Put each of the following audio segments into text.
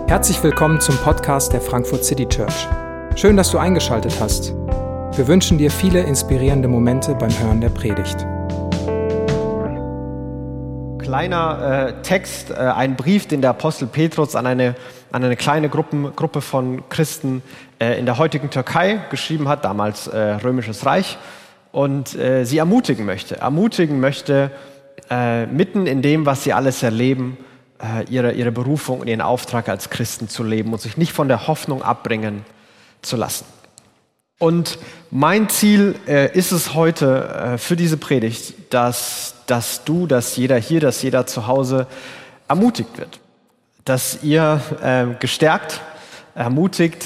Herzlich willkommen zum Podcast der Frankfurt City Church. Schön, dass du eingeschaltet hast. Wir wünschen dir viele inspirierende Momente beim Hören der Predigt. Kleiner Text, ein Brief, den der Apostel Petrus an eine kleine Gruppe von Christen in der heutigen Türkei geschrieben hat, damals Römisches Reich, und sie ermutigen möchte, mitten in dem, was sie alles erleben, ihre Berufung und ihren Auftrag als Christen zu leben und sich nicht von der Hoffnung abbringen zu lassen. Und mein Ziel ist es heute für diese Predigt, dass jeder hier, dass jeder zu Hause ermutigt wird. Dass ihr gestärkt, ermutigt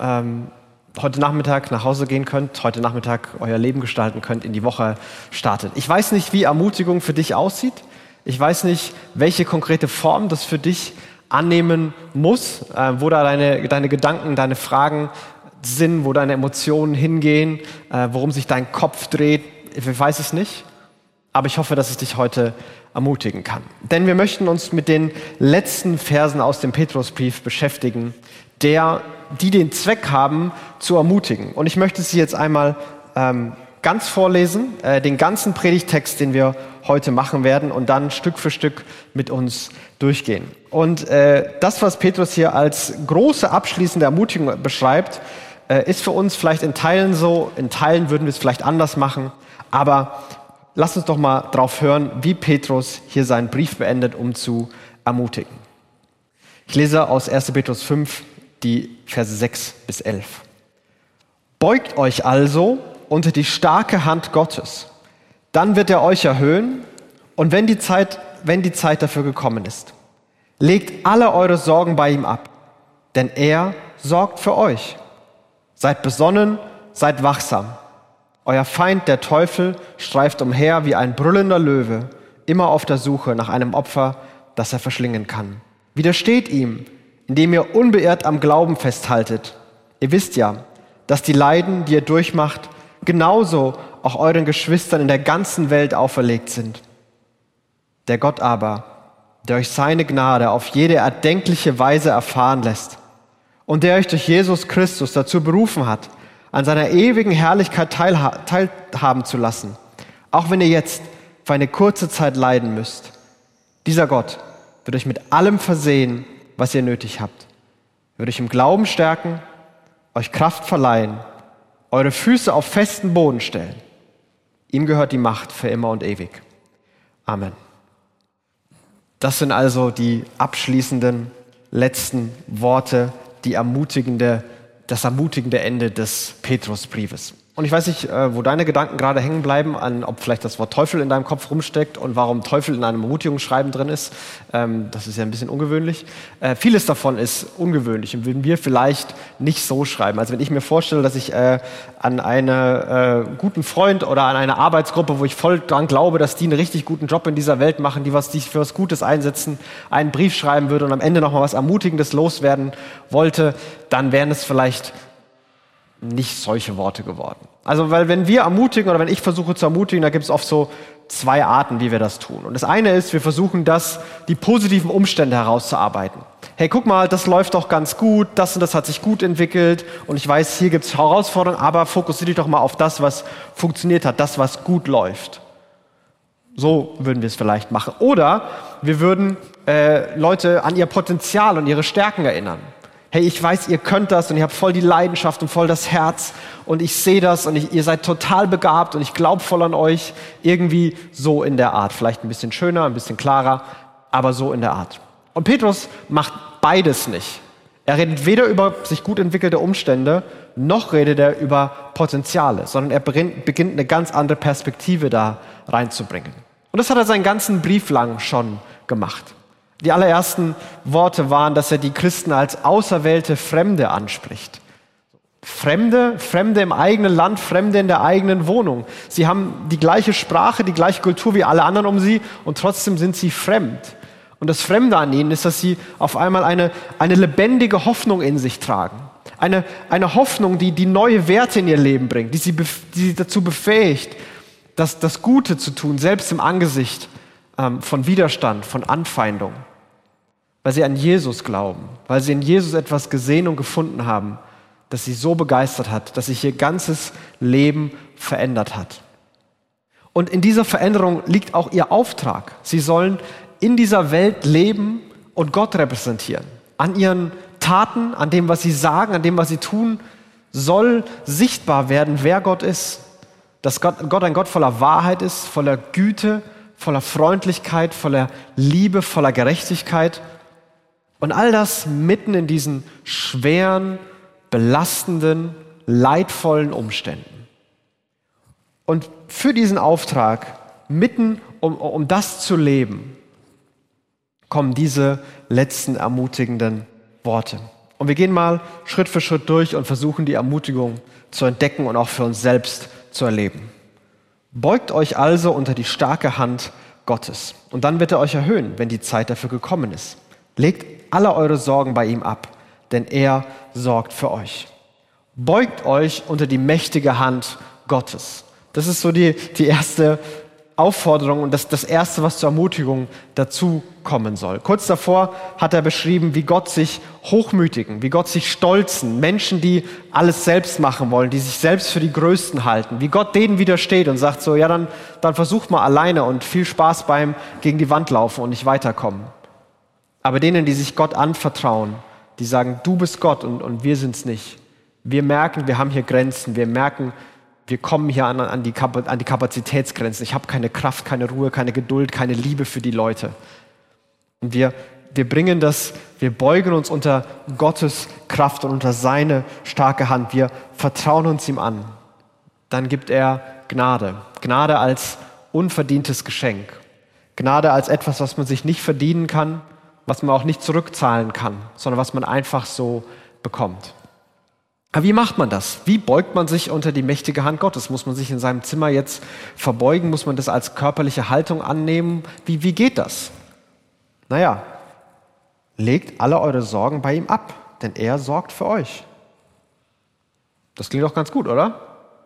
heute Nachmittag nach Hause gehen könnt, heute Nachmittag euer Leben gestalten könnt, in die Woche startet. Ich weiß nicht, wie Ermutigung für dich aussieht. Ich weiß nicht, welche konkrete Form das für dich annehmen muss, wo da deine Gedanken, deine Fragen sind, wo deine Emotionen hingehen, worum sich dein Kopf dreht. Ich weiß es nicht, aber ich hoffe, dass es dich heute ermutigen kann. Denn wir möchten uns mit den letzten Versen aus dem Petrusbrief beschäftigen, die den Zweck haben, zu ermutigen. Und ich möchte sie jetzt einmal ganz vorlesen, den ganzen Predigtext, den wir heute machen werden, und dann Stück für Stück mit uns durchgehen. Und das, was Petrus hier als große abschließende Ermutigung beschreibt, ist für uns vielleicht in Teilen so, in Teilen würden wir es vielleicht anders machen, aber lasst uns doch mal drauf hören, wie Petrus hier seinen Brief beendet, um zu ermutigen. Ich lese aus 1. Petrus 5, die Verse 6 bis 11. Beugt euch also unter die starke Hand Gottes, dann wird er euch erhöhen, und wenn die Zeit dafür gekommen ist. Legt alle eure Sorgen bei ihm ab, denn er sorgt für euch. Seid besonnen, seid wachsam. Euer Feind, der Teufel, streift umher wie ein brüllender Löwe, immer auf der Suche nach einem Opfer, das er verschlingen kann. Widersteht ihm, indem ihr unbeirrt am Glauben festhaltet. Ihr wisst ja, dass die Leiden, die ihr durchmacht, genauso auch euren Geschwistern in der ganzen Welt auferlegt sind. Der Gott aber, der euch seine Gnade auf jede erdenkliche Weise erfahren lässt und der euch durch Jesus Christus dazu berufen hat, an seiner ewigen Herrlichkeit teilhaben zu lassen, auch wenn ihr jetzt für eine kurze Zeit leiden müsst. Dieser Gott wird euch mit allem versehen, was ihr nötig habt. Er wird euch im Glauben stärken, euch Kraft verleihen, eure Füße auf festen Boden stellen. Ihm gehört die Macht für immer und ewig. Amen. Das sind also die abschließenden letzten Worte, das ermutigende Ende des Petrusbriefes. Und ich weiß nicht, wo deine Gedanken gerade hängen bleiben, ob vielleicht das Wort Teufel in deinem Kopf rumsteckt und warum Teufel in einem Ermutigungsschreiben drin ist. Das ist ja ein bisschen ungewöhnlich. Vieles davon ist ungewöhnlich und würden wir vielleicht nicht so schreiben. Also wenn ich mir vorstelle, dass ich an einen guten Freund oder an eine Arbeitsgruppe, wo ich voll dran glaube, dass die einen richtig guten Job in dieser Welt machen, die sich für was Gutes einsetzen, einen Brief schreiben würde und am Ende nochmal was Ermutigendes loswerden wollte, dann wären es vielleicht nicht solche Worte geworden. Also, weil wenn wir ermutigen oder wenn ich versuche zu ermutigen, da gibt es oft so zwei Arten, wie wir das tun. Und das eine ist, wir versuchen die positiven Umstände herauszuarbeiten. Hey, guck mal, das läuft doch ganz gut, das und das hat sich gut entwickelt und ich weiß, hier gibt es Herausforderungen, aber fokussiere dich doch mal auf das, was funktioniert hat, das, was gut läuft. So würden wir es vielleicht machen. Oder wir würden Leute an ihr Potenzial und ihre Stärken erinnern. Hey, ich weiß, ihr könnt das und ihr habt voll die Leidenschaft und voll das Herz und ich sehe das und ihr seid total begabt und ich glaube voll an euch. Irgendwie so in der Art. Vielleicht ein bisschen schöner, ein bisschen klarer, aber so in der Art. Und Petrus macht beides nicht. Er redet weder über sich gut entwickelte Umstände, noch redet er über Potenziale, sondern er beginnt eine ganz andere Perspektive da reinzubringen. Und das hat er seinen ganzen Brief lang schon gemacht. Die allerersten Worte waren, dass er die Christen als auserwählte Fremde anspricht. Fremde im eigenen Land, Fremde in der eigenen Wohnung. Sie haben die gleiche Sprache, die gleiche Kultur wie alle anderen um sie und trotzdem sind sie fremd. Und das Fremde an ihnen ist, dass sie auf einmal eine lebendige Hoffnung in sich tragen. Eine Hoffnung, die neue Werte in ihr Leben bringt, die sie dazu befähigt, das Gute zu tun, selbst im Angesicht von Widerstand, von Anfeindung. weil sie an Jesus glauben, weil sie in Jesus etwas gesehen und gefunden haben, das sie so begeistert hat, dass sich ihr ganzes Leben verändert hat. Und in dieser Veränderung liegt auch ihr Auftrag. Sie sollen in dieser Welt leben und Gott repräsentieren. An ihren Taten, an dem, was sie sagen, an dem, was sie tun, soll sichtbar werden, wer Gott ist. Dass Gott ein Gott voller Wahrheit ist, voller Güte, voller Freundlichkeit, voller Liebe, voller Gerechtigkeit. Und all das mitten in diesen schweren, belastenden, leidvollen Umständen. Und für diesen Auftrag, mitten um das zu leben, kommen diese letzten ermutigenden Worte. Und wir gehen mal Schritt für Schritt durch und versuchen, die Ermutigung zu entdecken und auch für uns selbst zu erleben. Beugt euch also unter die starke Hand Gottes. Und dann wird er euch erhöhen, wenn die Zeit dafür gekommen ist. Legt alle eure Sorgen bei ihm ab, denn er sorgt für euch. Beugt euch unter die mächtige Hand Gottes. Das ist so die erste Aufforderung und das Erste, was zur Ermutigung dazu kommen soll. Kurz davor hat er beschrieben, wie Gott sich hochmütigen, wie Gott sich stolzen, Menschen, die alles selbst machen wollen, die sich selbst für die Größten halten, wie Gott denen widersteht und sagt so, ja dann versucht mal alleine und viel Spaß beim gegen die Wand laufen und nicht weiterkommen. Aber denen, die sich Gott anvertrauen, die sagen, du bist Gott und wir sind's nicht. Wir merken, wir haben hier Grenzen, wir merken, wir kommen hier an die Kapazitätsgrenzen. Ich habe keine Kraft, keine Ruhe, keine Geduld, keine Liebe für die Leute. Und wir bringen das, wir beugen uns unter Gottes Kraft und unter seine starke Hand. Wir vertrauen uns ihm an. Dann gibt er Gnade. Gnade als unverdientes Geschenk. Gnade als etwas, was man sich nicht verdienen kann, was man auch nicht zurückzahlen kann, sondern was man einfach so bekommt. Aber wie macht man das? Wie beugt man sich unter die mächtige Hand Gottes? Muss man sich in seinem Zimmer jetzt verbeugen? Muss man das als körperliche Haltung annehmen? Wie geht das? Naja, legt alle eure Sorgen bei ihm ab, denn er sorgt für euch. Das klingt doch ganz gut, oder?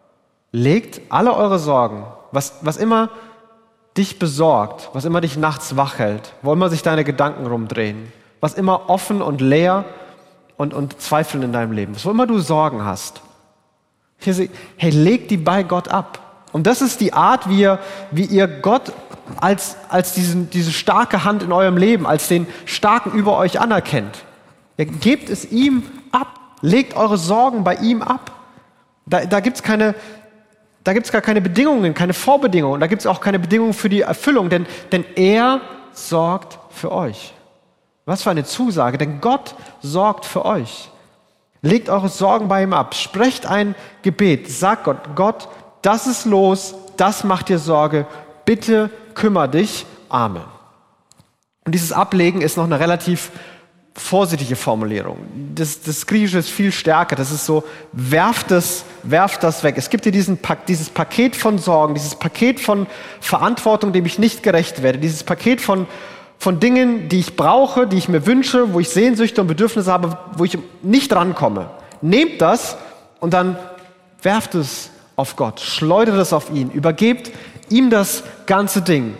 Legt alle eure Sorgen, was immer dich besorgt, was immer dich nachts wach hält, wo immer sich deine Gedanken rumdrehen, was immer offen und leer und Zweifeln in deinem Leben, wo immer du Sorgen hast. Hey, leg die bei Gott ab. Und das ist die Art, wie ihr Gott als diese starke Hand in eurem Leben, als den Starken über euch anerkennt. Ja, gebt es ihm ab. Legt eure Sorgen bei ihm ab. Da gibt's gar keine Bedingungen, keine Vorbedingungen. Da gibt es auch keine Bedingungen für die Erfüllung, denn er sorgt für euch. Was für eine Zusage, denn Gott sorgt für euch. Legt eure Sorgen bei ihm ab, sprecht ein Gebet, sagt Gott, das ist los, das macht dir Sorge, bitte kümmere dich, Amen. Und dieses Ablegen ist noch eine relativ vorsichtige Formulierung. Das Griechische ist viel stärker, das ist so, werft das weg. Es gibt hier dieses Paket von Sorgen, dieses Paket von Verantwortung, dem ich nicht gerecht werde, dieses Paket von Dingen, die ich brauche, die ich mir wünsche, wo ich Sehnsüchte und Bedürfnisse habe, wo ich nicht rankomme. Nehmt das und dann werft es auf Gott, schleudert es auf ihn, übergebt ihm das ganze Ding.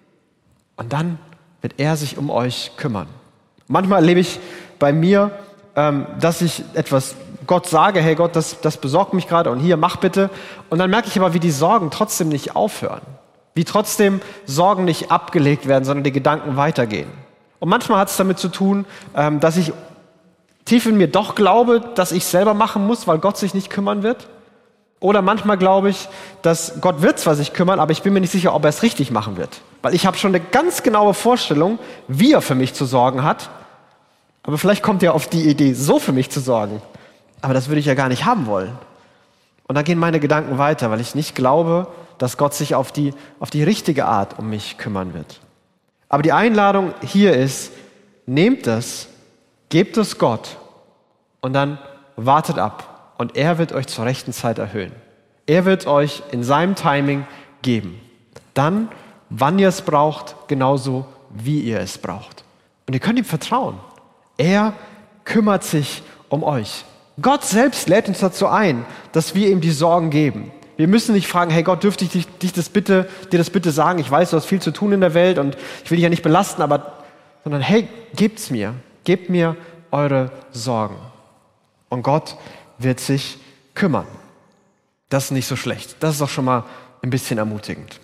Und dann wird er sich um euch kümmern. Manchmal erlebe ich bei mir, dass ich etwas Gott sage, hey Gott, das besorgt mich gerade und hier, mach bitte. Und dann merke ich aber, wie die Sorgen trotzdem nicht aufhören. Wie trotzdem Sorgen nicht abgelegt werden, sondern die Gedanken weitergehen. Und manchmal hat es damit zu tun, dass ich tief in mir doch glaube, dass ich selber machen muss, weil Gott sich nicht kümmern wird. Oder manchmal glaube ich, dass Gott wird zwar sich kümmern, aber ich bin mir nicht sicher, ob er es richtig machen wird. Weil ich habe schon eine ganz genaue Vorstellung, wie er für mich zu sorgen hat. Aber vielleicht kommt er auf die Idee, so für mich zu sorgen. Aber das würde ich ja gar nicht haben wollen. Und dann gehen meine Gedanken weiter, weil ich nicht glaube, dass Gott sich auf die richtige Art um mich kümmern wird. Aber die Einladung hier ist, nehmt es, gebt es Gott und dann wartet ab. Und er wird euch zur rechten Zeit erhöhen. Er wird euch in seinem Timing geben. Dann, wann ihr es braucht, genauso wie ihr es braucht. Und ihr könnt ihm vertrauen. Er kümmert sich um euch. Gott selbst lädt uns dazu ein, dass wir ihm die Sorgen geben. Wir müssen nicht fragen, hey Gott, dürfte ich dir das bitte sagen? Ich weiß, du hast viel zu tun in der Welt und ich will dich ja nicht belasten, aber sondern hey, gebt mir eure Sorgen. Und Gott wird sich kümmern. Das ist nicht so schlecht. Das ist doch schon mal ein bisschen ermutigend.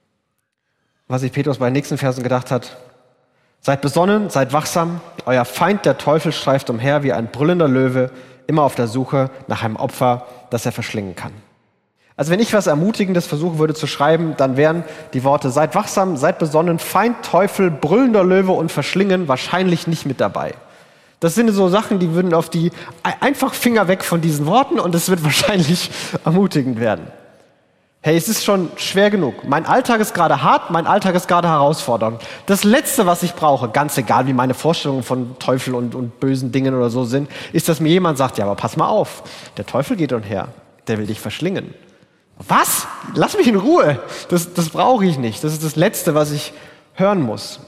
Was sich Petrus bei den nächsten Versen gedacht hat: Seid besonnen, seid wachsam. Euer Feind, der Teufel, streift umher wie ein brüllender Löwe, immer auf der Suche nach einem Opfer, das er verschlingen kann. Also wenn ich was Ermutigendes versuchen würde zu schreiben, dann wären die Worte: Seid wachsam, seid besonnen, Feind, Teufel, brüllender Löwe und verschlingen wahrscheinlich nicht mit dabei. Das sind so Sachen, die würden auf die einfach Finger weg von diesen Worten und es wird wahrscheinlich ermutigend werden. Hey, es ist schon schwer genug. Mein Alltag ist gerade hart, mein Alltag ist gerade herausfordernd. Das Letzte, was ich brauche, ganz egal wie meine Vorstellungen von Teufel und bösen Dingen oder so sind, ist, dass mir jemand sagt: Ja, aber pass mal auf, der Teufel geht umher, der will dich verschlingen. Was? Lass mich in Ruhe. Das brauche ich nicht. Das ist das Letzte, was ich hören muss.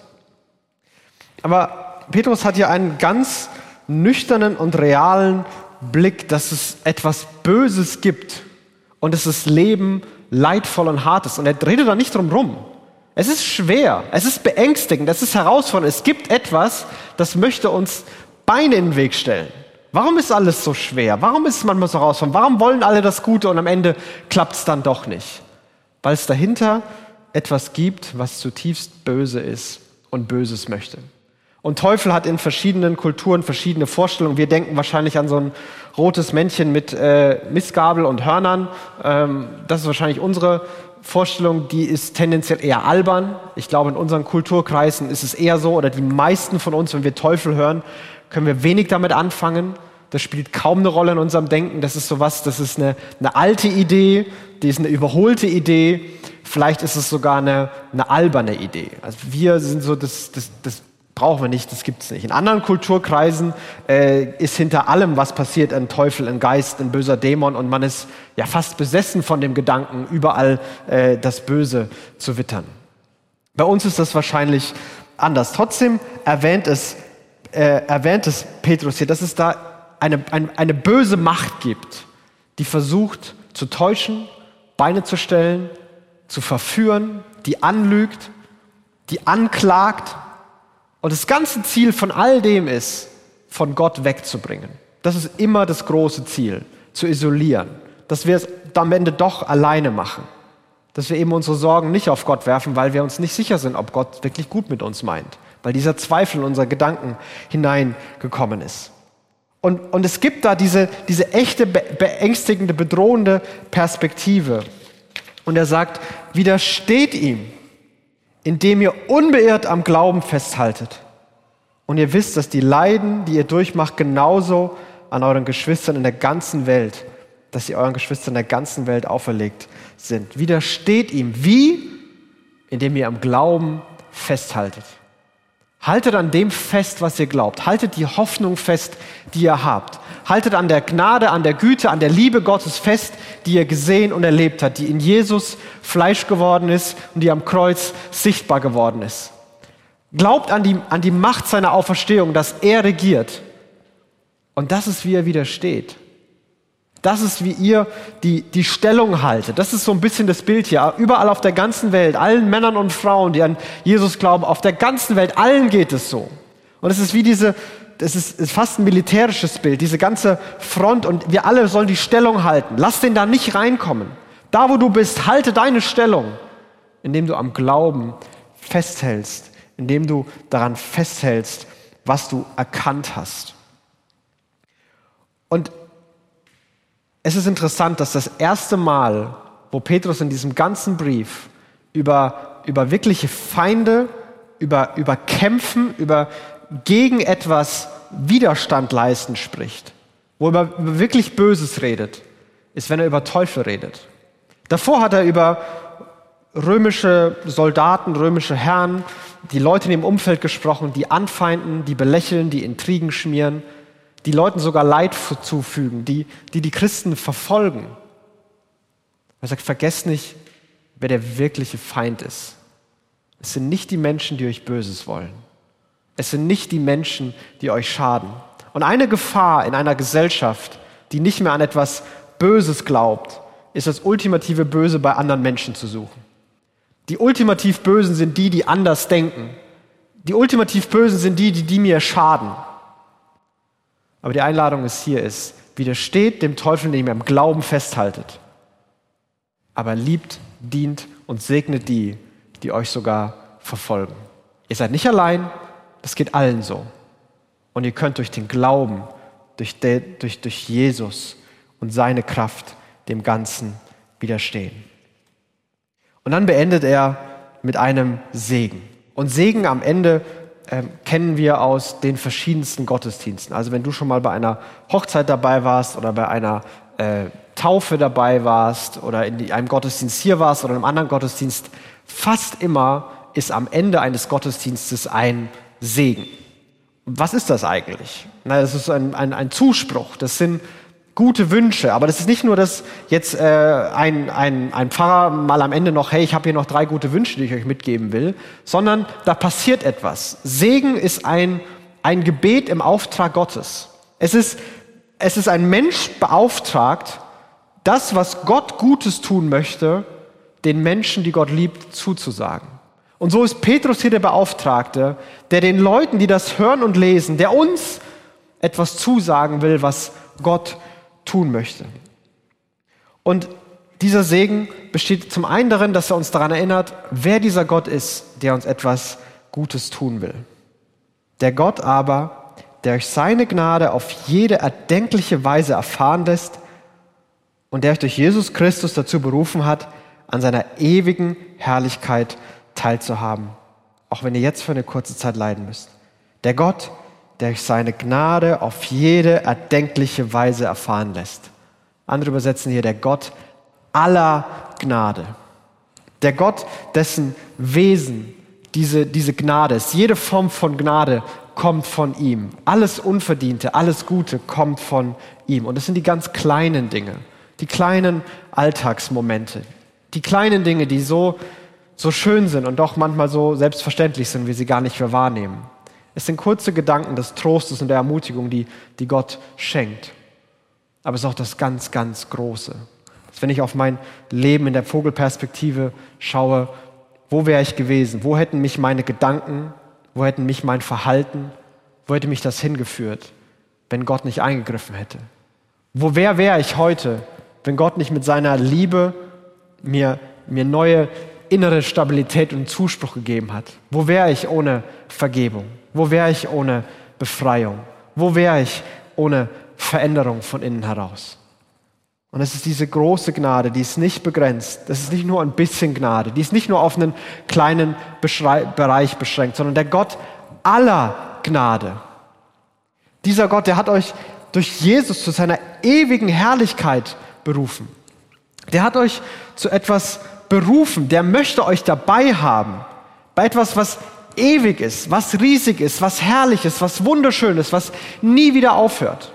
Aber Petrus hat hier einen ganz nüchternen und realen Blick, dass es etwas Böses gibt und dass das Leben leidvoll und hart ist. Und er redet da nicht drum rum. Es ist schwer, es ist beängstigend, es ist herausfordernd. Es gibt etwas, das möchte uns Beine in den Weg stellen. Warum ist alles so schwer? Warum ist es manchmal so herausfordernd? Warum wollen alle das Gute und am Ende klappt es dann doch nicht? Weil es dahinter etwas gibt, was zutiefst böse ist und Böses möchte. Und Teufel hat in verschiedenen Kulturen verschiedene Vorstellungen. Wir denken wahrscheinlich an so ein rotes Männchen mit Mistgabel und Hörnern. Das ist wahrscheinlich unsere Vorstellung. Die ist tendenziell eher albern. Ich glaube, in unseren Kulturkreisen ist es eher so, oder die meisten von uns, wenn wir Teufel hören, können wir wenig damit anfangen. Das spielt kaum eine Rolle in unserem Denken. Das ist sowas, das ist eine alte Idee, die ist eine überholte Idee. Vielleicht ist es sogar eine alberne Idee. Also wir sind so, das brauchen wir nicht, das gibt es nicht. In anderen Kulturkreisen ist hinter allem, was passiert, ein Teufel, ein Geist, ein böser Dämon und man ist ja fast besessen von dem Gedanken, überall das Böse zu wittern. Bei uns ist das wahrscheinlich anders. Trotzdem erwähnt es Petrus hier, dass es da eine böse Macht gibt, die versucht zu täuschen, Beine zu stellen, zu verführen, die anlügt, die anklagt. Und das ganze Ziel von all dem ist, von Gott wegzubringen. Das ist immer das große Ziel, zu isolieren. Dass wir es am Ende doch alleine machen. Dass wir eben unsere Sorgen nicht auf Gott werfen, weil wir uns nicht sicher sind, ob Gott wirklich gut mit uns meint. Weil dieser Zweifel in unsere Gedanken hineingekommen ist. Und es gibt da diese echte, beängstigende, bedrohende Perspektive. Und er sagt: Widersteht ihm, indem ihr unbeirrt am Glauben festhaltet. Und ihr wisst, dass die Leiden, die ihr durchmacht, genauso an euren Geschwistern in der ganzen Welt, dass sie euren Geschwistern in der ganzen Welt auferlegt sind. Widersteht ihm. Wie? Indem ihr am Glauben festhaltet. Haltet an dem fest, was ihr glaubt. Haltet die Hoffnung fest, die ihr habt. Haltet an der Gnade, an der Güte, an der Liebe Gottes fest, die ihr gesehen und erlebt habt, die in Jesus Fleisch geworden ist und die am Kreuz sichtbar geworden ist. Glaubt an die Macht seiner Auferstehung, dass er regiert. Und das ist, wie er widersteht. Das ist, wie ihr die Stellung haltet. Das ist so ein bisschen das Bild hier. Überall auf der ganzen Welt, allen Männern und Frauen, die an Jesus glauben, auf der ganzen Welt, allen geht es so. Und es ist wie das ist fast ein militärisches Bild, diese ganze Front, und wir alle sollen die Stellung halten. Lass den da nicht reinkommen. Da, wo du bist, halte deine Stellung, indem du am Glauben festhältst, indem du daran festhältst, was du erkannt hast. Und es ist interessant, dass das erste Mal, wo Petrus in diesem ganzen Brief über wirkliche Feinde, über Kämpfen, gegen etwas Widerstand leisten spricht, wo er über wirklich Böses redet, ist, wenn er über Teufel redet. Davor hat er über römische Soldaten, römische Herren, die Leute in dem Umfeld gesprochen, die anfeinden, die belächeln, die Intrigen schmieren, die Leuten sogar Leid zufügen, die Christen verfolgen. Er sagt: Vergesst nicht, wer der wirkliche Feind ist. Es sind nicht die Menschen, die euch Böses wollen. Es sind nicht die Menschen, die euch schaden. Und eine Gefahr in einer Gesellschaft, die nicht mehr an etwas Böses glaubt, ist das ultimative Böse bei anderen Menschen zu suchen. Die ultimativ Bösen sind die anders denken, Die ultimativ Bösen sind die mir schaden. Aber die Einladung ist, widersteht dem Teufel, indem ihr am Glauben festhaltet. Aber liebt, dient und segnet die euch sogar verfolgen. Ihr seid nicht allein, das geht allen so. Und ihr könnt durch den Glauben, durch Jesus und seine Kraft dem Ganzen widerstehen. Und dann beendet er mit einem Segen. Und Segen am Ende kennen wir aus den verschiedensten Gottesdiensten. Also wenn du schon mal bei einer Hochzeit dabei warst oder bei einer Taufe dabei warst oder in einem Gottesdienst hier warst oder in einem anderen Gottesdienst, fast immer ist am Ende eines Gottesdienstes ein Segen. Was ist das eigentlich? Das ist ein Zuspruch, das sind gute Wünsche, aber das ist nicht nur, dass jetzt ein Pfarrer mal am Ende noch, hey, ich habe hier noch 3 gute Wünsche, die ich euch mitgeben will, sondern da passiert etwas. Segen ist ein Gebet im Auftrag Gottes. Es ist ein Mensch beauftragt, das, was Gott Gutes tun möchte, den Menschen, die Gott liebt, zuzusagen. Und so ist Petrus hier der Beauftragte, der den Leuten, die das hören und lesen, der uns etwas zusagen will, was Gott tun möchte. Und dieser Segen besteht zum einen darin, dass er uns daran erinnert, wer dieser Gott ist, der uns etwas Gutes tun will. Der Gott aber, der euch seine Gnade auf jede erdenkliche Weise erfahren lässt und der euch durch Jesus Christus dazu berufen hat, an seiner ewigen Herrlichkeit teilzuhaben, auch wenn ihr jetzt für eine kurze Zeit leiden müsst. Der Gott, der euch seine Gnade auf jede erdenkliche Weise erfahren lässt. Andere übersetzen hier der Gott aller Gnade. Der Gott, dessen Wesen diese Gnade ist. Jede Form von Gnade kommt von ihm. Alles Unverdiente, alles Gute kommt von ihm. Und das sind die ganz kleinen Dinge, die kleinen Alltagsmomente, die kleinen Dinge, die so schön sind und doch manchmal so selbstverständlich sind, wie sie gar nicht mehr wahrnehmen. Es sind kurze Gedanken des Trostes und der Ermutigung, die Gott schenkt. Aber es ist auch das ganz, ganz Große. Dass wenn ich auf mein Leben in der Vogelperspektive schaue, wo wäre ich gewesen? Wo hätten mich meine Gedanken, wo hätten mich mein Verhalten, wo hätte mich das hingeführt, wenn Gott nicht eingegriffen hätte? Wer wäre ich heute, wenn Gott nicht mit seiner Liebe mir neue innere Stabilität und Zuspruch gegeben hat? Wo wäre ich ohne Vergebung? Wo wäre ich ohne Befreiung? Wo wäre ich ohne Veränderung von innen heraus? Und es ist diese große Gnade, die ist nicht begrenzt. Das ist nicht nur ein bisschen Gnade. Die ist nicht nur auf einen kleinen Bereich beschränkt, sondern der Gott aller Gnade. Dieser Gott, der hat euch durch Jesus zu seiner ewigen Herrlichkeit berufen. Der hat euch zu etwas berufen, der möchte euch dabei haben, bei etwas, was ewig ist, was riesig ist, was herrlich ist, was wunderschön ist, was nie wieder aufhört.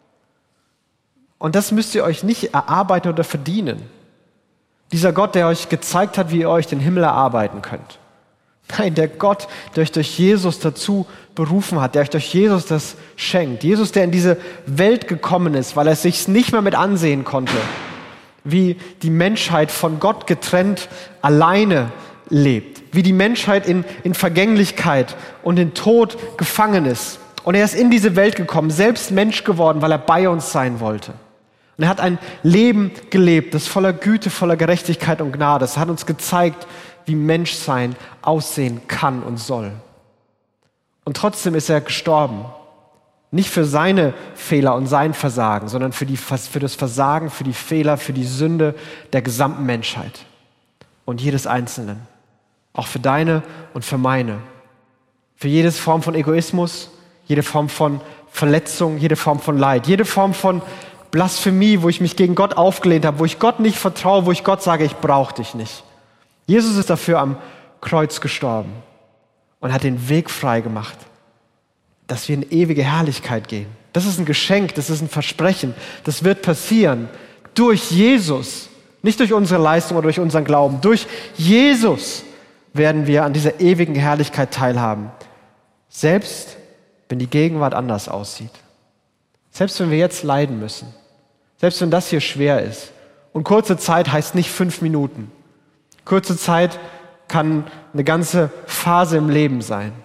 Und das müsst ihr euch nicht erarbeiten oder verdienen. Dieser Gott, der euch gezeigt hat, wie ihr euch den Himmel erarbeiten könnt. Nein, der Gott, der euch durch Jesus dazu berufen hat, der euch durch Jesus das schenkt. Jesus, der in diese Welt gekommen ist, weil er es sich nicht mehr mit ansehen konnte, wie die Menschheit von Gott getrennt alleine lebt, wie die Menschheit in Vergänglichkeit und in Tod gefangen ist. Und er ist in diese Welt gekommen, selbst Mensch geworden, weil er bei uns sein wollte. Und er hat ein Leben gelebt, das voller Güte, voller Gerechtigkeit und Gnade ist. Er hat uns gezeigt, wie Menschsein aussehen kann und soll. Und trotzdem ist er gestorben. Nicht für seine Fehler und sein Versagen, sondern für das Versagen, für die Fehler, für die Sünde der gesamten Menschheit. Und jedes Einzelnen. Auch für deine und für meine. Für jede Form von Egoismus, jede Form von Verletzung, jede Form von Leid, jede Form von Blasphemie, wo ich mich gegen Gott aufgelehnt habe, wo ich Gott nicht vertraue, wo ich Gott sage, ich brauche dich nicht. Jesus ist dafür am Kreuz gestorben und hat den Weg frei gemacht, dass wir in ewige Herrlichkeit gehen. Das ist ein Geschenk, das ist ein Versprechen. Das wird passieren durch Jesus, nicht durch unsere Leistung oder durch unseren Glauben. Durch Jesus werden wir an dieser ewigen Herrlichkeit teilhaben. Selbst wenn die Gegenwart anders aussieht. Selbst wenn wir jetzt leiden müssen. Selbst wenn das hier schwer ist. Und kurze Zeit heißt nicht 5 Minuten. Kurze Zeit kann eine ganze Phase im Leben sein.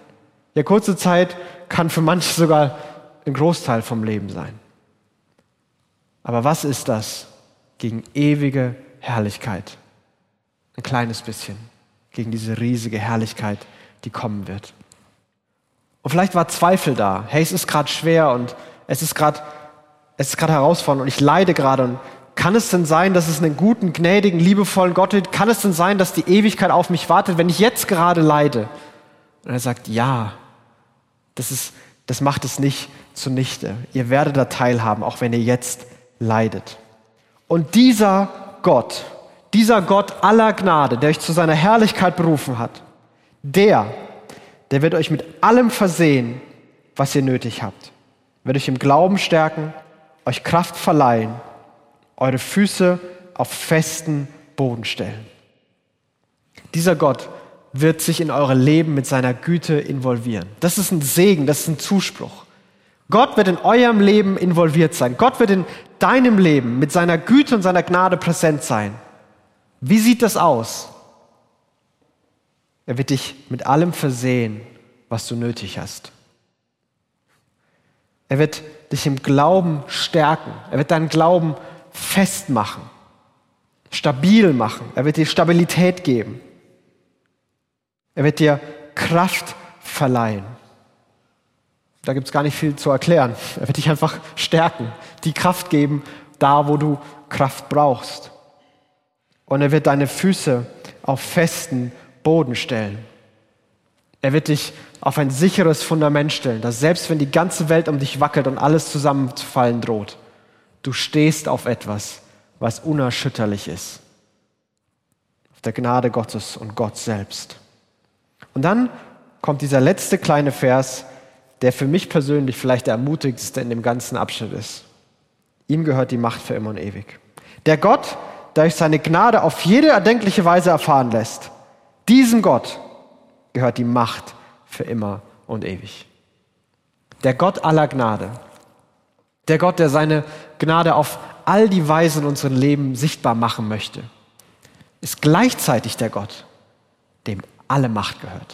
Ja, kurze Zeit kann für manche sogar ein Großteil vom Leben sein. Aber was ist das gegen ewige Herrlichkeit? Ein kleines bisschen gegen diese riesige Herrlichkeit, die kommen wird. Und vielleicht war Zweifel da. Hey, es ist gerade schwer und es ist gerade herausfordernd und ich leide gerade. Und kann es denn sein, dass es einen guten, gnädigen, liebevollen Gott gibt? Kann es denn sein, dass die Ewigkeit auf mich wartet, wenn ich jetzt gerade leide? Und er sagt, ja, das macht es nicht zunichte. Ihr werdet da teilhaben, auch wenn ihr jetzt leidet. Und dieser Gott aller Gnade, der euch zu seiner Herrlichkeit berufen hat, der wird euch mit allem versehen, was ihr nötig habt. Wird euch im Glauben stärken, euch Kraft verleihen, eure Füße auf festen Boden stellen. Dieser Gott wird sich in eure Leben mit seiner Güte involvieren. Das ist ein Segen, das ist ein Zuspruch. Gott wird in eurem Leben involviert sein. Gott wird in deinem Leben mit seiner Güte und seiner Gnade präsent sein. Wie sieht das aus? Er wird dich mit allem versehen, was du nötig hast. Er wird dich im Glauben stärken. Er wird deinen Glauben festmachen, stabil machen. Er wird dir Stabilität geben. Er wird dir Kraft verleihen. Da gibt es gar nicht viel zu erklären. Er wird dich einfach stärken, die Kraft geben, da wo du Kraft brauchst. Und er wird deine Füße auf festen Boden stellen. Er wird dich auf ein sicheres Fundament stellen, dass selbst wenn die ganze Welt um dich wackelt und alles zusammenzufallen droht, du stehst auf etwas, was unerschütterlich ist. Auf der Gnade Gottes und Gott selbst. Und dann kommt dieser letzte kleine Vers, der für mich persönlich vielleicht der ermutigendste in dem ganzen Abschnitt ist. Ihm gehört die Macht für immer und ewig. Der Gott, der euch seine Gnade auf jede erdenkliche Weise erfahren lässt, diesem Gott gehört die Macht für immer und ewig. Der Gott aller Gnade, der Gott, der seine Gnade auf all die Weisen in unserem Leben sichtbar machen möchte, ist gleichzeitig der Gott, dem alle Macht gehört.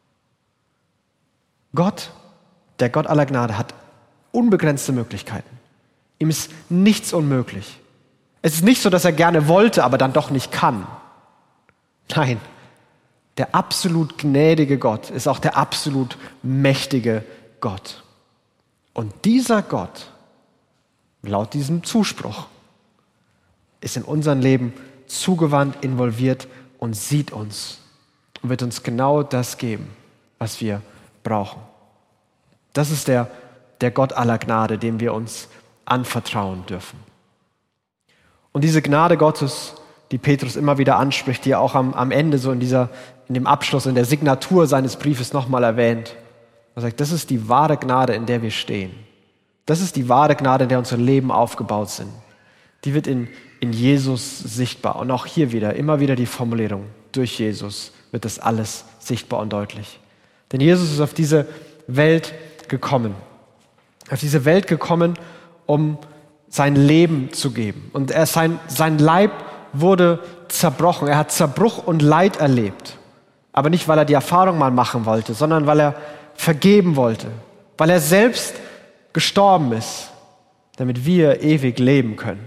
Gott, der Gott aller Gnade, hat unbegrenzte Möglichkeiten. Ihm ist nichts unmöglich. Es ist nicht so, dass er gerne wollte, aber dann doch nicht kann. Nein, der absolut gnädige Gott ist auch der absolut mächtige Gott. Und dieser Gott, laut diesem Zuspruch, ist in unserem Leben zugewandt, involviert und sieht uns und wird uns genau das geben, was wir brauchen. Das ist der Gott aller Gnade, dem wir uns anvertrauen dürfen. Und diese Gnade Gottes, die Petrus immer wieder anspricht, die er auch am Ende so in dem Abschluss, in der Signatur seines Briefes nochmal erwähnt. Er sagt, das ist die wahre Gnade, in der wir stehen. Das ist die wahre Gnade, in der unsere Leben aufgebaut sind. Die wird in Jesus sichtbar. Und auch hier immer wieder die Formulierung, durch Jesus wird das alles sichtbar und deutlich. Denn Jesus ist auf diese Welt gekommen. Auf diese Welt gekommen, um sein Leben zu geben. Und sein Leib wurde zerbrochen. Er hat Zerbruch und Leid erlebt. Aber nicht, weil er die Erfahrung mal machen wollte, sondern weil er vergeben wollte. Weil er selbst gestorben ist, damit wir ewig leben können.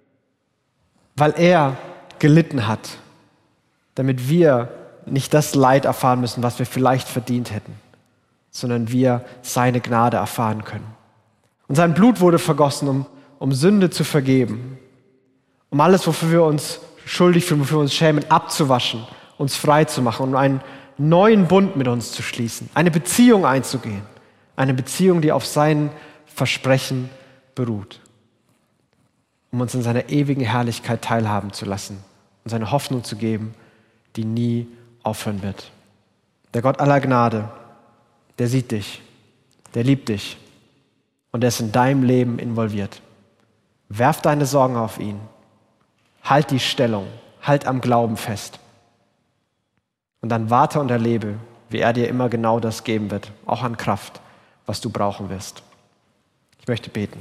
Weil er gelitten hat, damit wir nicht das Leid erfahren müssen, was wir vielleicht verdient hätten, sondern wir seine Gnade erfahren können. Und sein Blut wurde vergossen, um Sünde zu vergeben, um alles, wofür wir uns schuldig fühlen, wofür wir uns schämen, abzuwaschen, uns frei zu machen und einen neuen Bund mit uns zu schließen, eine Beziehung einzugehen, eine Beziehung, die auf seinen Versprechen beruht, um uns in seiner ewigen Herrlichkeit teilhaben zu lassen und seine Hoffnung zu geben, die nie aufhören wird. Der Gott aller Gnade, der sieht dich, der liebt dich und der ist in deinem Leben involviert. Werf deine Sorgen auf ihn. Halt die Stellung, halt am Glauben fest. Und dann warte und erlebe, wie er dir immer genau das geben wird, auch an Kraft, was du brauchen wirst. Ich möchte beten.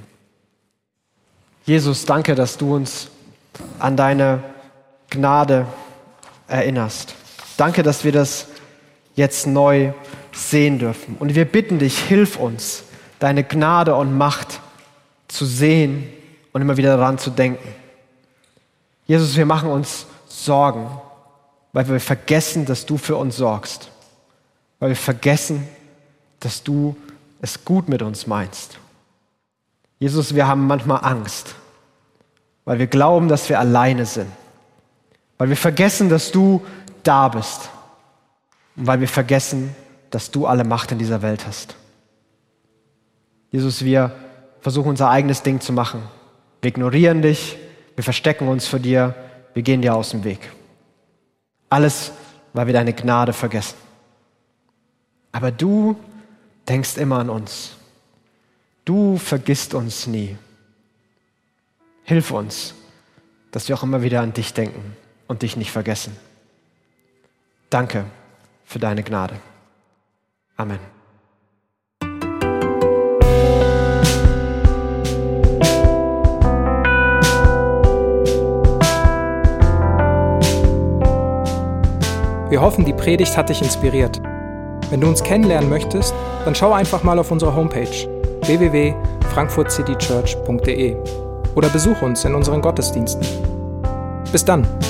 Jesus, danke, dass du uns an deine Gnade erinnerst. Danke, dass wir das jetzt neu sehen dürfen. Und wir bitten dich, hilf uns, deine Gnade und Macht zu sehen und immer wieder daran zu denken. Jesus, wir machen uns Sorgen, weil wir vergessen, dass du für uns sorgst. Weil wir vergessen, dass du es gut mit uns meinst. Jesus, wir haben manchmal Angst, weil wir glauben, dass wir alleine sind. Weil wir vergessen, dass du da bist. Und weil wir vergessen, dass du alle Macht in dieser Welt hast. Jesus, wir versuchen unser eigenes Ding zu machen. Wir ignorieren dich, wir verstecken uns vor dir, wir gehen dir aus dem Weg. Alles, weil wir deine Gnade vergessen. Aber du denkst immer an uns. Du vergisst uns nie. Hilf uns, dass wir auch immer wieder an dich denken und dich nicht vergessen. Danke für deine Gnade. Amen. Wir hoffen, die Predigt hat dich inspiriert. Wenn du uns kennenlernen möchtest, dann schau einfach mal auf unsere Homepage www.frankfurtcitychurch.de oder besuch uns in unseren Gottesdiensten. Bis dann!